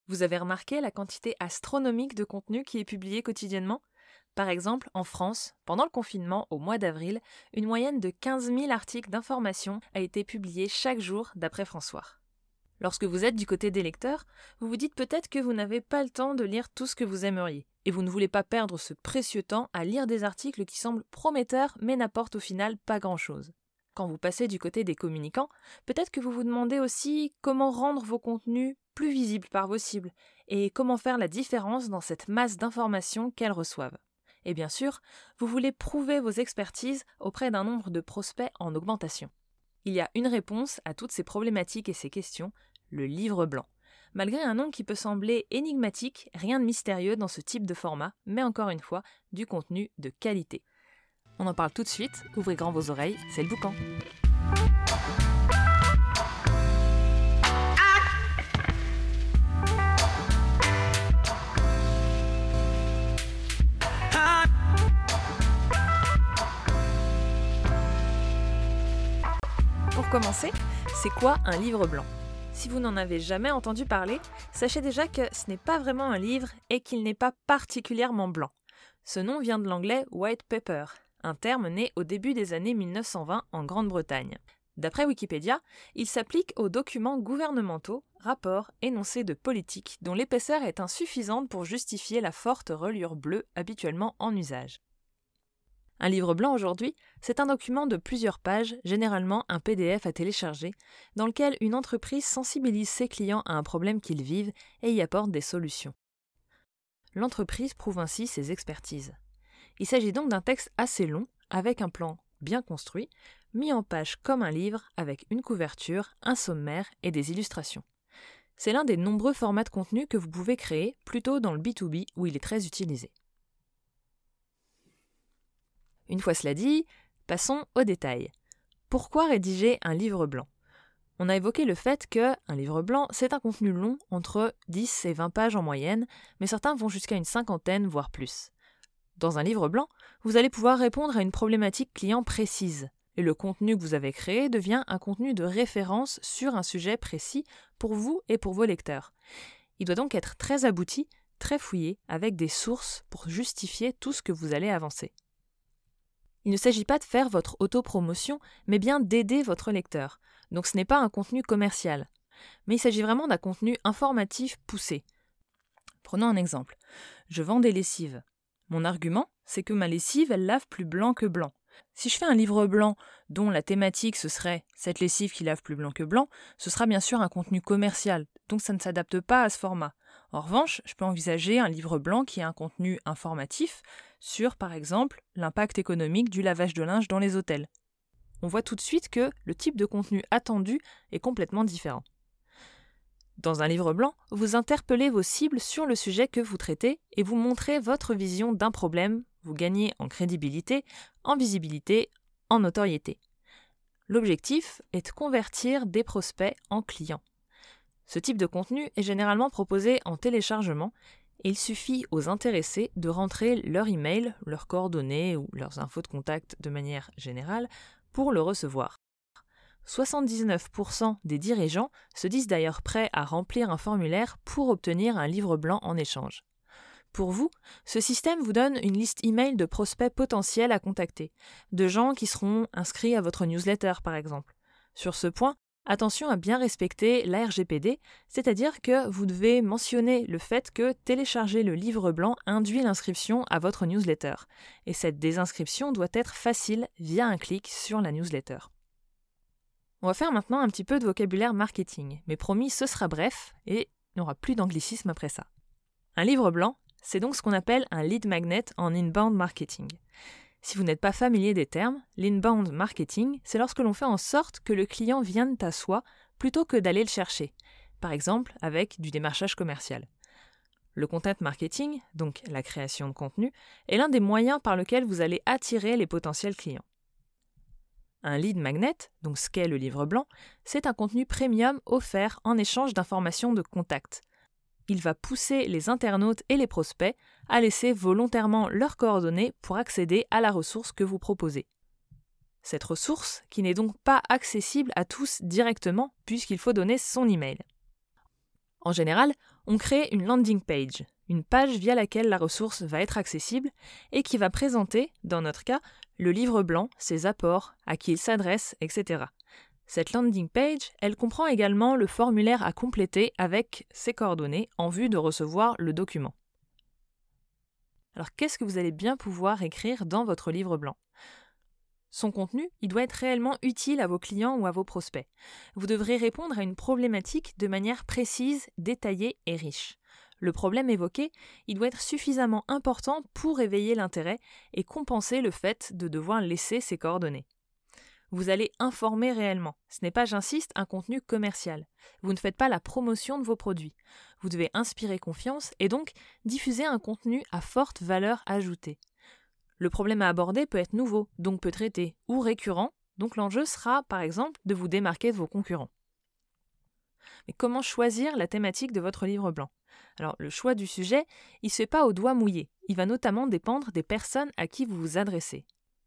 Vous avez remarqué la quantité astronomique de contenu qui est publié quotidiennement ? Par exemple, en France, pendant le confinement au mois d'avril, une moyenne de 15 000 articles d'information a été publiée chaque jour d'après François. Lorsque vous êtes du côté des lecteurs, vous vous dites peut-être que vous n'avez pas le temps de lire tout ce que vous aimeriez, et vous ne voulez pas perdre ce précieux temps à lire des articles qui semblent prometteurs mais n'apportent au final pas grand-chose. Quand vous passez du côté des communicants, peut-être que vous vous demandez aussi comment rendre vos contenus plus visibles par vos cibles, et comment faire la différence dans cette masse d'informations qu'elles reçoivent. Et bien sûr, vous voulez prouver vos expertises auprès d'un nombre de prospects en augmentation. Il y a une réponse à toutes ces problématiques et ces questions, le livre blanc. Malgré un nom qui peut sembler énigmatique, rien de mystérieux dans ce type de format, mais encore une fois, du contenu de qualité. On en parle tout de suite, ouvrez grand vos oreilles, c'est le boucan. Pour commencer, c'est quoi un livre blanc ? Si vous n'en avez jamais entendu parler, sachez déjà que ce n'est pas vraiment un livre et qu'il n'est pas particulièrement blanc. Ce nom vient de l'anglais « white paper », un terme né au début des années 1920 en Grande-Bretagne. D'après Wikipédia, il s'applique aux documents gouvernementaux, rapports, énoncés de politique dont l'épaisseur est insuffisante pour justifier la forte reliure bleue habituellement en usage. Un livre blanc aujourd'hui, c'est un document de plusieurs pages, généralement un PDF à télécharger, dans lequel une entreprise sensibilise ses clients à un problème qu'ils vivent et y apporte des solutions. L'entreprise prouve ainsi ses expertises. Il s'agit donc d'un texte assez long, avec un plan bien construit, mis en page comme un livre, avec une couverture, un sommaire et des illustrations. C'est l'un des nombreux formats de contenu que vous pouvez créer, plutôt dans le B2B où il est très utilisé. Une fois cela dit, passons aux détails. Pourquoi rédiger un livre blanc ? On a évoqué le fait qu'un livre blanc, c'est un contenu long, entre 10 et 20 pages en moyenne, mais certains vont jusqu'à une cinquantaine, voire plus. Dans un livre blanc, vous allez pouvoir répondre à une problématique client précise, et le contenu que vous avez créé devient un contenu de référence sur un sujet précis pour vous et pour vos lecteurs. Il doit donc être très abouti, très fouillé, avec des sources pour justifier tout ce que vous allez avancer. Il ne s'agit pas de faire votre autopromotion, mais bien d'aider votre lecteur. Donc ce n'est pas un contenu commercial. Mais il s'agit vraiment d'un contenu informatif poussé. Prenons un exemple. Je vends des lessives. Mon argument, c'est que ma lessive, elle lave plus blanc que blanc. Si je fais un livre blanc dont la thématique ce serait « cette lessive qui lave plus blanc que blanc », ce sera bien sûr un contenu commercial, donc ça ne s'adapte pas à ce format. En revanche, je peux envisager un livre blanc qui a un contenu informatif sur, par exemple, l'impact économique du lavage de linge dans les hôtels. On voit tout de suite que le type de contenu attendu est complètement différent. Dans un livre blanc, vous interpellez vos cibles sur le sujet que vous traitez et vous montrez votre vision d'un problème, vous gagnez en crédibilité, en visibilité, en notoriété. L'objectif est de convertir des prospects en clients. Ce type de contenu est généralement proposé en téléchargement et il suffit aux intéressés de rentrer leur email, leurs coordonnées ou leurs infos de contact de manière générale pour le recevoir. 79% des dirigeants se disent d'ailleurs prêts à remplir un formulaire pour obtenir un livre blanc en échange. Pour vous, ce système vous donne une liste email de prospects potentiels à contacter, de gens qui seront inscrits à votre newsletter par exemple. Sur ce point, attention à bien respecter la RGPD, c'est-à-dire que vous devez mentionner le fait que télécharger le livre blanc induit l'inscription à votre newsletter. Et cette désinscription doit être facile via un clic sur la newsletter. On va faire maintenant un petit peu de vocabulaire marketing, mais promis, ce sera bref et il n'y aura plus d'anglicisme après ça. Un livre blanc, c'est donc ce qu'on appelle un lead magnet en inbound marketing. Si vous n'êtes pas familier des termes, l'inbound marketing, c'est lorsque l'on fait en sorte que le client vienne à soi plutôt que d'aller le chercher, par exemple avec du démarchage commercial. Le content marketing, donc la création de contenu, est l'un des moyens par lequel vous allez attirer les potentiels clients. Un lead magnet, donc ce qu'est le livre blanc, c'est un contenu premium offert en échange d'informations de contact. Il va pousser les internautes et les prospects à laisser volontairement leurs coordonnées pour accéder à la ressource que vous proposez. Cette ressource, qui n'est donc pas accessible à tous directement puisqu'il faut donner son email. En général, on crée une landing page, une page via laquelle la ressource va être accessible et qui va présenter, dans notre cas, le livre blanc, ses apports, à qui il s'adresse, etc. Cette landing page, elle comprend également le formulaire à compléter avec ses coordonnées en vue de recevoir le document. Alors qu'est-ce que vous allez bien pouvoir écrire dans votre livre blanc ? Son contenu, il doit être réellement utile à vos clients ou à vos prospects. Vous devrez répondre à une problématique de manière précise, détaillée et riche. Le problème évoqué, il doit être suffisamment important pour éveiller l'intérêt et compenser le fait de devoir laisser ses coordonnées. Vous allez informer réellement. Ce n'est pas, j'insiste, un contenu commercial. Vous ne faites pas la promotion de vos produits. Vous devez inspirer confiance et donc diffuser un contenu à forte valeur ajoutée. Le problème à aborder peut être nouveau, donc peut traiter, ou récurrent, donc l'enjeu sera, par exemple, de vous démarquer de vos concurrents. Mais comment choisir la thématique de votre livre blanc ? Alors, le choix du sujet, il ne se fait pas au doigt mouillé. Il va notamment dépendre des personnes à qui vous vous adressez.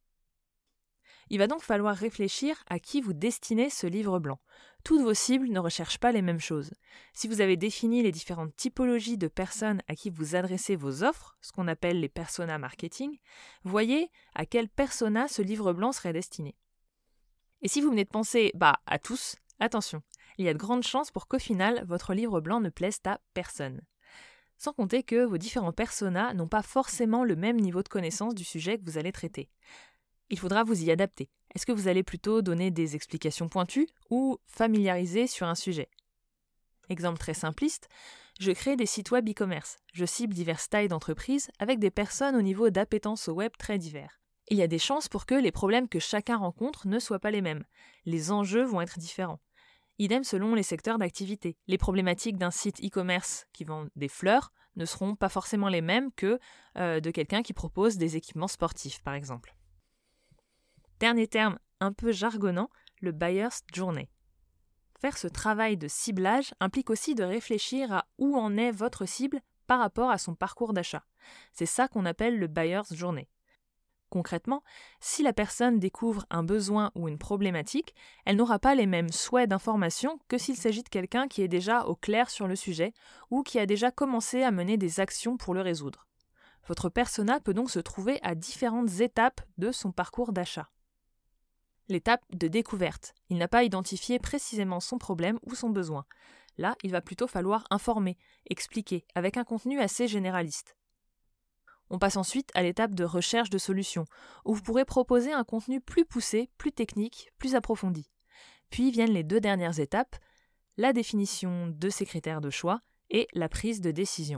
Il va donc falloir réfléchir à qui vous destinez ce livre blanc. Toutes vos cibles ne recherchent pas les mêmes choses. Si vous avez défini les différentes typologies de personnes à qui vous adressez vos offres, ce qu'on appelle les personas marketing, voyez à quel persona ce livre blanc serait destiné. Et si vous venez de penser à tous, attention, il y a de grandes chances pour qu'au final, votre livre blanc ne plaise à personne. Sans compter que vos différents personas n'ont pas forcément le même niveau de connaissance du sujet que vous allez traiter. Il faudra vous y adapter. Est-ce que vous allez plutôt donner des explications pointues ou familiariser sur un sujet ? Exemple très simpliste, je crée des sites web e-commerce. Je cible diverses tailles d'entreprises avec des personnes au niveau d'appétence au web très divers. Il y a des chances pour que les problèmes que chacun rencontre ne soient pas les mêmes. Les enjeux vont être différents. Idem selon les secteurs d'activité. Les problématiques d'un site e-commerce qui vend des fleurs ne seront pas forcément les mêmes que de quelqu'un qui propose des équipements sportifs, par exemple. Dernier terme un peu jargonnant, le buyer's journey. Faire ce travail de ciblage implique aussi de réfléchir à où en est votre cible par rapport à son parcours d'achat. C'est ça qu'on appelle le buyer's journey. Concrètement, si la personne découvre un besoin ou une problématique, elle n'aura pas les mêmes souhaits d'information que s'il s'agit de quelqu'un qui est déjà au clair sur le sujet ou qui a déjà commencé à mener des actions pour le résoudre. Votre persona peut donc se trouver à différentes étapes de son parcours d'achat. L'étape de découverte. Il n'a pas identifié précisément son problème ou son besoin. Là, il va plutôt falloir informer, expliquer, avec un contenu assez généraliste. On passe ensuite à l'étape de recherche de solutions, où vous pourrez proposer un contenu plus poussé, plus technique, plus approfondi. Puis viennent les 2 dernières étapes, la définition de ces critères de choix et la prise de décision.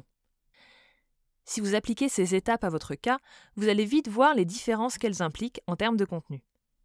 Si vous appliquez ces étapes à votre cas, vous allez vite voir les différences qu'elles impliquent en termes de contenu.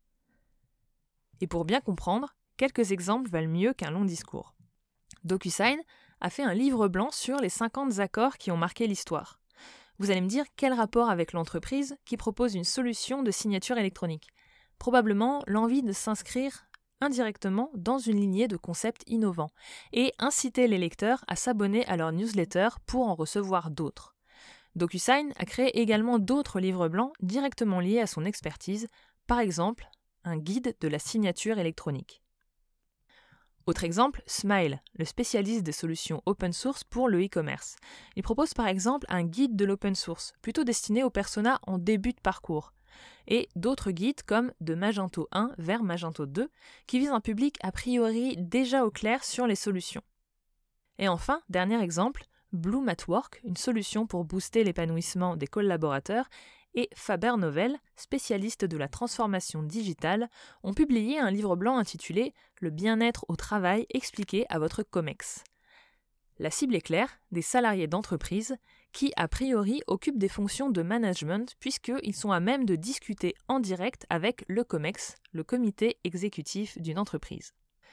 Et pour bien comprendre, quelques exemples valent mieux qu'un long discours. DocuSign a fait un livre blanc sur les 50 accords qui ont marqué l'histoire. Vous allez me dire quel rapport avec l'entreprise qui propose une solution de signature électronique ? Probablement l'envie de s'inscrire indirectement dans une lignée de concepts innovants et inciter les lecteurs à s'abonner à leur newsletter pour en recevoir d'autres. DocuSign a créé également d'autres livres blancs directement liés à son expertise, par exemple un guide de la signature électronique. Autre exemple, Smile, le spécialiste des solutions open source pour le e-commerce. Il propose par exemple un guide de l'open source, plutôt destiné aux personas en début de parcours, et d'autres guides comme de Magento 1 vers Magento 2, qui visent un public a priori déjà au clair sur les solutions. Et enfin, dernier exemple, Bloom at Work, une solution pour booster l'épanouissement des collaborateurs, et Faber Novel, spécialiste de la transformation digitale, ont publié un livre blanc intitulé « Le bien-être au travail expliqué à votre COMEX ». La cible est claire, des salariés d'entreprise qui, a priori, occupent des fonctions de management puisqu'ils sont à même de discuter en direct avec le COMEX, le comité exécutif d'une entreprise.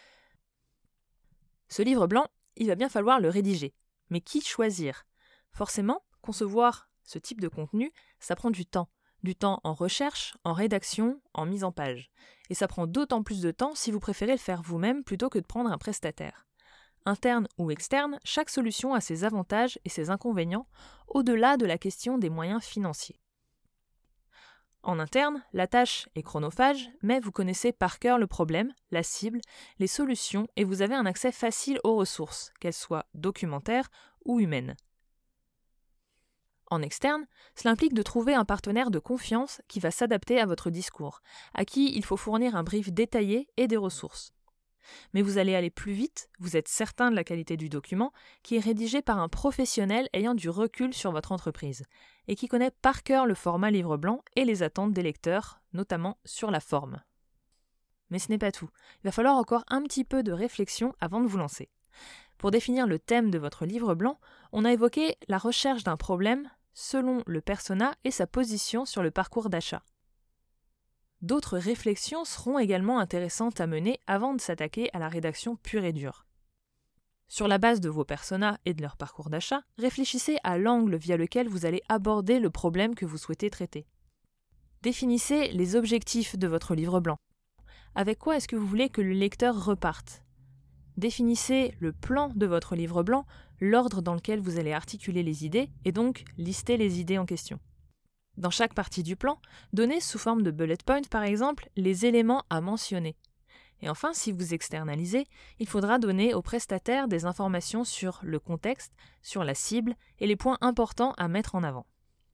Ce livre blanc, il va bien falloir le rédiger. Mais qui choisir ? Forcément, concevoir ce type de contenu, ça prend du temps en recherche, en rédaction, en mise en page. Et ça prend d'autant plus de temps si vous préférez le faire vous-même plutôt que de prendre un prestataire. Interne ou externe, chaque solution a ses avantages et ses inconvénients, au-delà de la question des moyens financiers. En interne, la tâche est chronophage, mais vous connaissez par cœur le problème, la cible, les solutions et vous avez un accès facile aux ressources, qu'elles soient documentaires ou humaines. En externe, cela implique de trouver un partenaire de confiance qui va s'adapter à votre discours, à qui il faut fournir un brief détaillé et des ressources. Mais vous allez aller plus vite, vous êtes certain de la qualité du document, qui est rédigé par un professionnel ayant du recul sur votre entreprise, et qui connaît par cœur le format livre blanc et les attentes des lecteurs, notamment sur la forme. Mais ce n'est pas tout, il va falloir encore un petit peu de réflexion avant de vous lancer. Pour définir le thème de votre livre blanc, on a évoqué la recherche d'un problème selon le persona et sa position sur le parcours d'achat. D'autres réflexions seront également intéressantes à mener avant de s'attaquer à la rédaction pure et dure. Sur la base de vos personas et de leur parcours d'achat, réfléchissez à l'angle via lequel vous allez aborder le problème que vous souhaitez traiter. Définissez les objectifs de votre livre blanc. Avec quoi est-ce que vous voulez que le lecteur reparte ? Définissez le plan de votre livre blanc, l'ordre dans lequel vous allez articuler les idées et donc lister les idées en question. Dans chaque partie du plan, donnez sous forme de bullet point par exemple les éléments à mentionner. Et enfin, si vous externalisez, il faudra donner au prestataire des informations sur le contexte, sur la cible et les points importants à mettre en avant.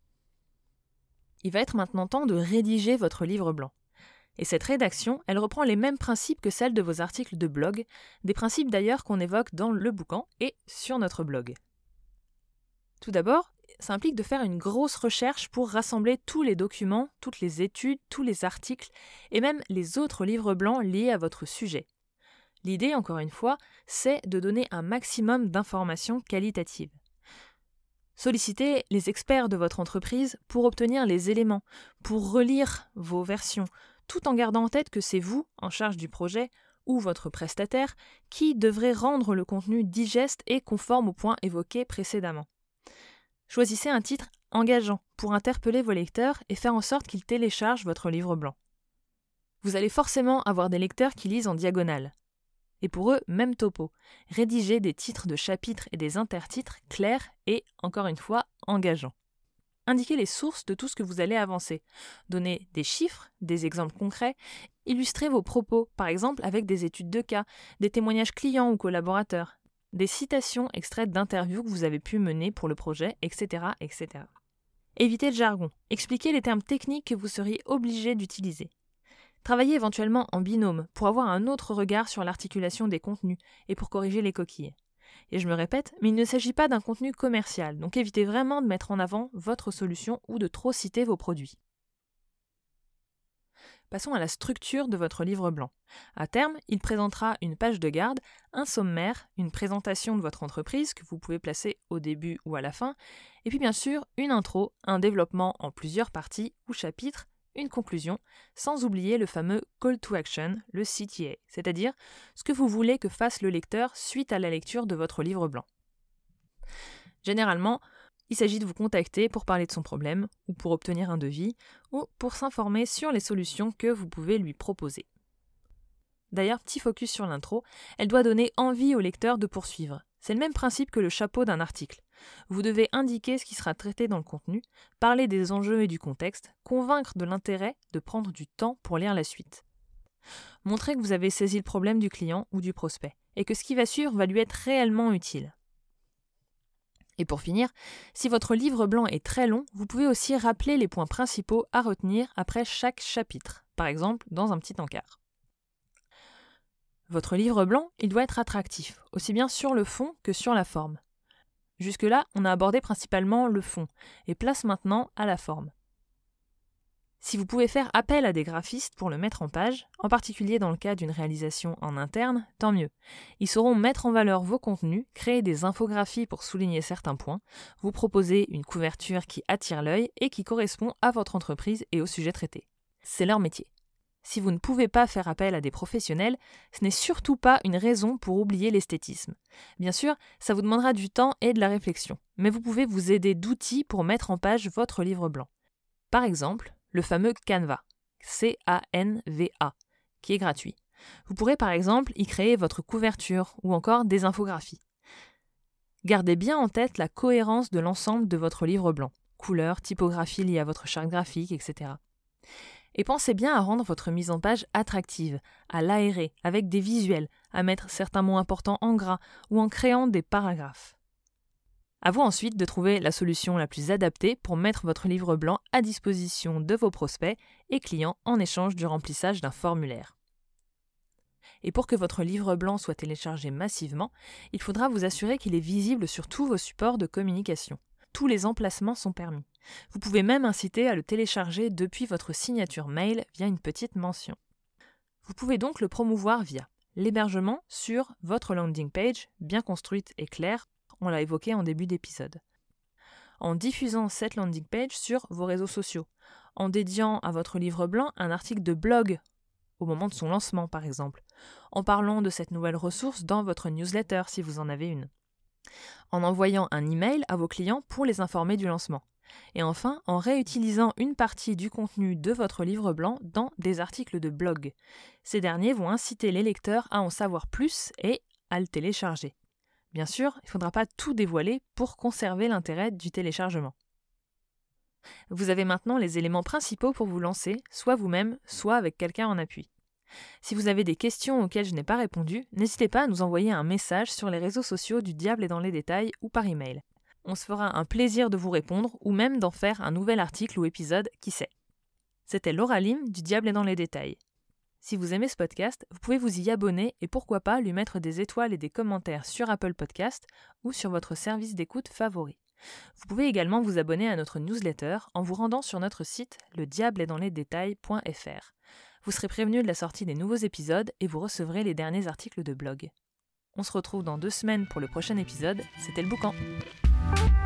Il va être maintenant temps de rédiger votre livre blanc. Et cette rédaction, elle reprend les mêmes principes que celle de vos articles de blog, des principes d'ailleurs qu'on évoque dans le bouquin et sur notre blog. Tout d'abord, ça implique de faire une grosse recherche pour rassembler tous les documents, toutes les études, tous les articles et même les autres livres blancs liés à votre sujet. L'idée, encore une fois, c'est de donner un maximum d'informations qualitatives. Sollicitez les experts de votre entreprise pour obtenir les éléments, pour relire vos versions, tout en gardant en tête que c'est vous, en charge du projet, ou votre prestataire, qui devrez rendre le contenu digeste et conforme aux points évoqués précédemment. Choisissez un titre engageant pour interpeller vos lecteurs et faire en sorte qu'ils téléchargent votre livre blanc. Vous allez forcément avoir des lecteurs qui lisent en diagonale. Et pour eux, même topo. Rédigez des titres de chapitres et des intertitres clairs et, encore une fois, engageants. Indiquez les sources de tout ce que vous allez avancer. Donnez des chiffres, des exemples concrets. Illustrez vos propos, par exemple avec des études de cas, des témoignages clients ou collaborateurs, des citations extraites d'interviews que vous avez pu mener pour le projet, etc., etc. Évitez le jargon. Expliquez les termes techniques que vous seriez obligé d'utiliser. Travaillez éventuellement en binôme pour avoir un autre regard sur l'articulation des contenus et pour corriger les coquilles. Et je me répète, mais il ne s'agit pas d'un contenu commercial, donc évitez vraiment de mettre en avant votre solution ou de trop citer vos produits. Passons à la structure de votre livre blanc. À terme, il présentera une page de garde, un sommaire, une présentation de votre entreprise que vous pouvez placer au début ou à la fin, et puis bien sûr une intro, un développement en plusieurs parties ou chapitres, une conclusion, sans oublier le fameux Call to Action, le CTA, c'est-à-dire ce que vous voulez que fasse le lecteur suite à la lecture de votre livre blanc. Généralement, il s'agit de vous contacter pour parler de son problème, ou pour obtenir un devis, ou pour s'informer sur les solutions que vous pouvez lui proposer. D'ailleurs, petit focus sur l'intro, elle doit donner envie au lecteur de poursuivre. C'est le même principe que le chapeau d'un article. Vous devez indiquer ce qui sera traité dans le contenu, parler des enjeux et du contexte, convaincre de l'intérêt de prendre du temps pour lire la suite. Montrez que vous avez saisi le problème du client ou du prospect, et que ce qui va suivre va lui être réellement utile. Et pour finir, si votre livre blanc est très long, vous pouvez aussi rappeler les points principaux à retenir après chaque chapitre, par exemple dans un petit encart. Votre livre blanc, il doit être attractif, aussi bien sur le fond que sur la forme. Jusque-là, on a abordé principalement le fond, et place maintenant à la forme. Si vous pouvez faire appel à des graphistes pour le mettre en page, en particulier dans le cas d'une réalisation en interne, tant mieux. Ils sauront mettre en valeur vos contenus, créer des infographies pour souligner certains points, vous proposer une couverture qui attire l'œil et qui correspond à votre entreprise et au sujet traité. C'est leur métier. Si vous ne pouvez pas faire appel à des professionnels, ce n'est surtout pas une raison pour oublier l'esthétisme. Bien sûr, ça vous demandera du temps et de la réflexion, mais vous pouvez vous aider d'outils pour mettre en page votre livre blanc. Par exemple, le fameux Canva, C-A-N-V-A, qui est gratuit. Vous pourrez par exemple y créer votre couverture ou encore des infographies. Gardez bien en tête la cohérence de l'ensemble de votre livre blanc, couleurs, typographie liée à votre charte graphique, etc. Et pensez bien à rendre votre mise en page attractive, à l'aérer avec des visuels, à mettre certains mots importants en gras ou en créant des paragraphes. À vous ensuite de trouver la solution la plus adaptée pour mettre votre livre blanc à disposition de vos prospects et clients en échange du remplissage d'un formulaire. Et pour que votre livre blanc soit téléchargé massivement, il faudra vous assurer qu'il est visible sur tous vos supports de communication. Tous les emplacements sont permis. Vous pouvez même inciter à le télécharger depuis votre signature mail via une petite mention. Vous pouvez donc le promouvoir via l'hébergement sur votre landing page, bien construite et claire, on l'a évoqué en début d'épisode. En diffusant cette landing page sur vos réseaux sociaux, en dédiant à votre livre blanc un article de blog au moment de son lancement par exemple, en parlant de cette nouvelle ressource dans votre newsletter si vous en avez une, en envoyant un email à vos clients pour les informer du lancement, et enfin en réutilisant une partie du contenu de votre livre blanc dans des articles de blog. Ces derniers vont inciter les lecteurs à en savoir plus et à le télécharger. Bien sûr, il ne faudra pas tout dévoiler pour conserver l'intérêt du téléchargement. Vous avez maintenant les éléments principaux pour vous lancer, soit vous-même, soit avec quelqu'un en appui. Si vous avez des questions auxquelles je n'ai pas répondu, n'hésitez pas à nous envoyer un message sur les réseaux sociaux du Diable est dans les détails ou par email. On se fera un plaisir de vous répondre ou même d'en faire un nouvel article ou épisode, qui sait. C'était Laura Lim du Diable est dans les détails. Si vous aimez ce podcast, vous pouvez vous y abonner et pourquoi pas lui mettre des étoiles et des commentaires sur Apple Podcast ou sur votre service d'écoute favori. Vous pouvez également vous abonner à notre newsletter en vous rendant sur notre site lediableestdanslesedetails.fr. Vous serez prévenu de la sortie des nouveaux épisodes et vous recevrez les derniers articles de blog. On se retrouve dans 2 semaines pour le prochain épisode. C'était le boucan.